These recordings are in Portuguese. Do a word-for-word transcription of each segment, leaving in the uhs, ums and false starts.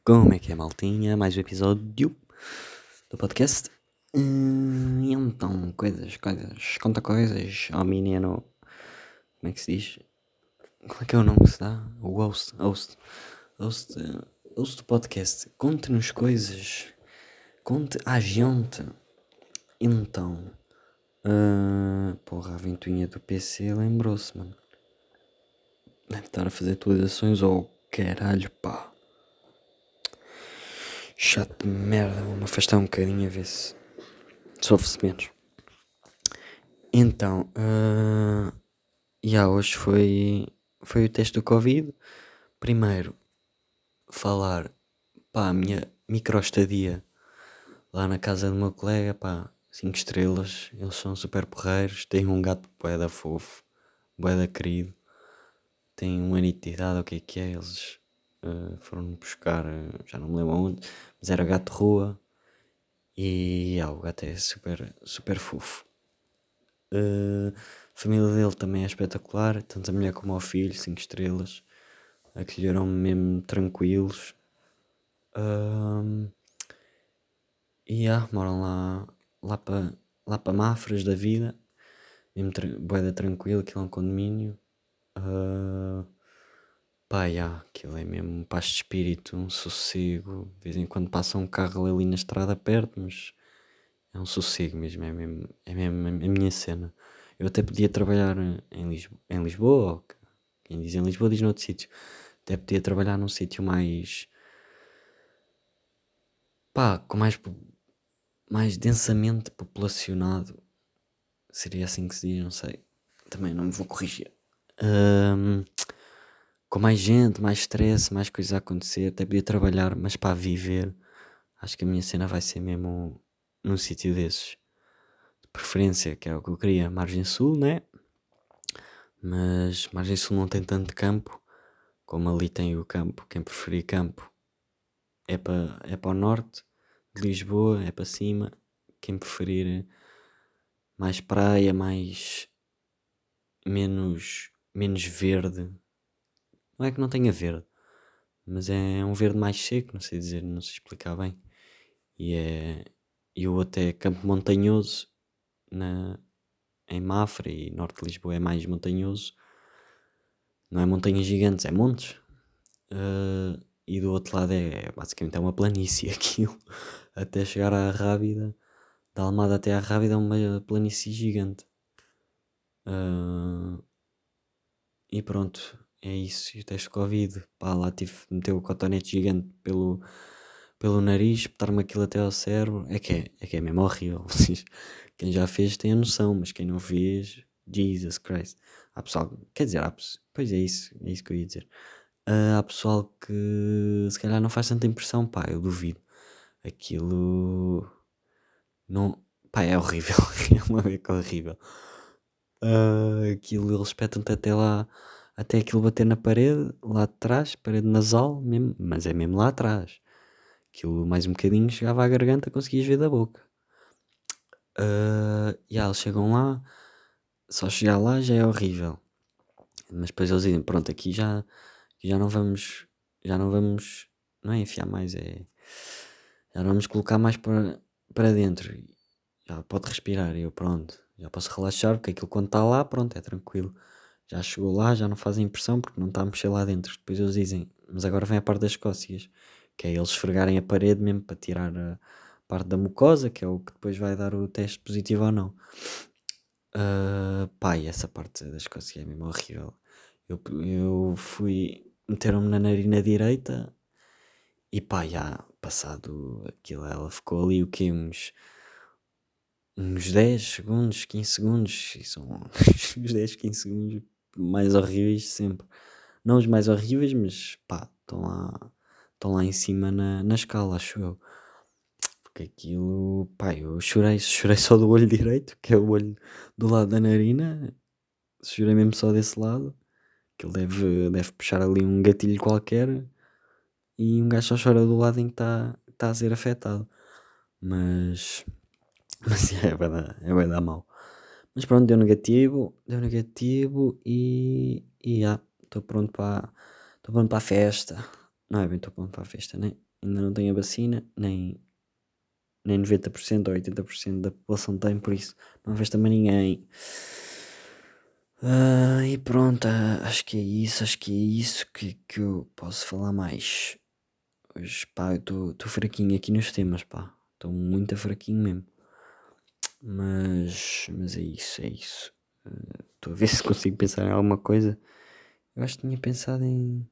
Como é que é, maltinha? Mais um episódio do podcast. Hum, e então, coisas, coisas, conta coisas ao menino. Como é que se diz? Qual é que é o nome que se dá? O host, host, host, eh, host do podcast. Conte-nos coisas, conte à gente. Então, ah, porra, a ventoinha do P C lembrou-se, mano. Deve estar a fazer atualizações ou caralho, pá. Chato de merda, vou-me afastar um bocadinho a ver se sofre-se menos. Então, uh, yeah, hoje foi, foi o teste do Covid. Primeiro, falar, pá, a minha microestadia lá na casa do meu colega, pá, cinco estrelas. Eles são super porreiros, têm um gato bué da fofo, bué da querido. Tem uma nitidade, o que é que é, eles uh, foram buscar, uh, já não me lembro onde, mas era gato de rua. E yeah, o gato é super, super fofo. Uh, a família dele também é espetacular, tanto a mulher como o filho, cinco estrelas. Acolheram-me mesmo tranquilos. Um, e yeah, moram lá, lá para lá pa Mafras da vida, mesmo tra- bué tranquilo, aquilo é um condomínio. Uh, pá, yeah, aquilo é mesmo um paz de espírito, um sossego. De vez em quando passa um carro ali na estrada perto, mas é um sossego mesmo, é mesmo, é mesmo a minha cena. Eu até podia trabalhar em Lisboa, em Lisboa, ou quem diz em Lisboa diz noutro sítio. Até podia trabalhar num sítio mais, pá, com mais, mais densamente populacionado. Seria assim que se diz, não sei. Também não me vou corrigir. Ahm, com mais gente, mais stress, mais coisas a acontecer. Até podia trabalhar, mas para viver, acho que a minha cena vai ser mesmo num sítio desses. De preferência, que era o que eu queria, Margem Sul, né? Mas Margem Sul não tem tanto campo como ali tem o campo. Quem preferir campo é para é para o norte de Lisboa, é para cima. Quem preferir mais praia, mais menos, menos verde, não é que não tenha verde, mas é um verde mais seco, não sei dizer, não sei explicar bem. E é e o outro é campo montanhoso na, em Mafra, e norte de Lisboa é mais montanhoso. Não é montanhas gigantes, é montes. Uh, e do outro lado é basicamente é uma planície aquilo. Até chegar à Rábida, da Almada até à Rábida é uma planície gigante. Uh, e pronto, é isso. E o teste de Covid, pá, lá tive de meter o cotonete gigante pelo, pelo nariz, botar-me aquilo até ao cérebro. É que é, é que é mesmo horrível. Quem já fez tem a noção, mas quem não fez, Jesus Christ. Há pessoal, quer dizer, há, pois é isso, é isso que eu ia dizer. Uh, há pessoal que se calhar não faz tanta impressão, pá, eu duvido. Aquilo não, pá, é horrível. É uma beca horrível. Uh, aquilo eles espetam-te até lá, até aquilo bater na parede, lá atrás, parede nasal, mesmo, mas é mesmo lá atrás. Aquilo mais um bocadinho chegava à garganta, conseguias ver da boca. Uh, e yeah, eles chegam lá, só chegar lá já é horrível. Mas depois eles dizem, pronto, aqui já, aqui já não vamos, já não vamos, não é enfiar mais, é, já não vamos colocar mais para, para dentro. Já pode respirar, e eu pronto, já posso relaxar, porque aquilo quando está lá, pronto, é tranquilo. Já chegou lá, já não faz impressão porque não está a mexer lá dentro. Depois eles dizem, mas agora vem a parte das cócegas, que é eles esfregarem a parede mesmo para tirar a parte da mucosa, que é o que depois vai dar o teste positivo ou não. Uh, pá, e essa parte das cócegas é mesmo horrível. Eu, eu fui, meteram-me na narina direita e pá, já passado aquilo, ela ficou ali o quê? Uns, uns dez segundos, quinze segundos, e são os dez, quinze segundos mais horríveis de sempre. Não os mais horríveis, mas pá, estão lá, estão lá em cima na, na escala, acho eu. Porque aquilo, pá, eu chorei, chorei só do olho direito, que é o olho do lado da narina. Chorei mesmo só desse lado. Que ele deve, deve puxar ali um gatilho qualquer e um gajo só chora do lado em que está tá a ser afetado. Mas, mas é, vai dar, é vai dar mal. Mas pronto, deu negativo, deu negativo e e já, estou pronto para estou pronto para a festa. Não é bem estou pronto para a festa, né? ainda não tem a vacina, nem, nem noventa por cento ou oitenta por cento da população tem, por isso não vejo também ninguém. Ah, e pronto, ah, acho que é isso, acho que é isso que, que eu posso falar mais. Hoje, pá, eu estou fraquinho aqui nos temas, pá. Estou muito fraquinho mesmo. Mas, mas é isso, é isso. Estou a ver se consigo pensar em alguma coisa. Eu acho que tinha pensado em,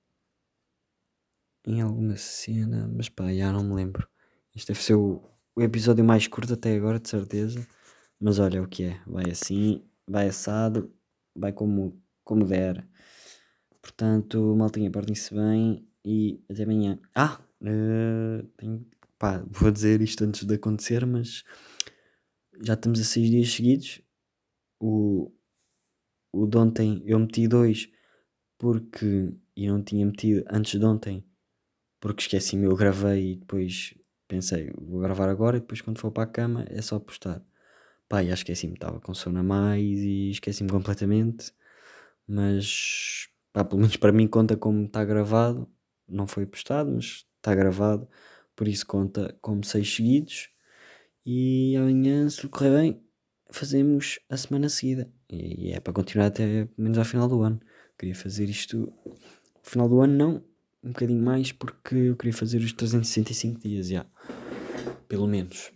em alguma cena, mas pá, já não me lembro. Este deve ser o, o episódio mais curto até agora, de certeza. Mas olha o que é. Vai assim, vai assado, vai como, como der. Portanto, maltinha, portem-se bem e até amanhã. Ah! eh, tenho- pá, vou dizer isto antes de acontecer, mas já estamos a seis dias seguidos. O, o de ontem eu meti dois porque e não tinha metido antes de ontem porque esqueci-me, eu gravei e depois pensei, vou gravar agora e depois quando for para a cama é só postar. Pá, já esqueci-me, estava com sono a mais e esqueci-me completamente, mas pá, pelo menos para mim conta como está gravado, não foi postado, mas está gravado, por isso conta como seis seguidos e amanhã, se tudo correr bem, fazemos a semana seguida e é para continuar até pelo menos ao final do ano. Queria fazer isto no final do ano, não, um bocadinho mais, porque eu queria fazer os trezentos e sessenta e cinco dias, já, pelo menos.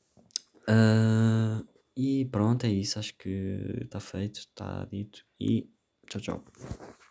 Ah, e pronto, é isso. Acho que está feito, está dito. E tchau, tchau.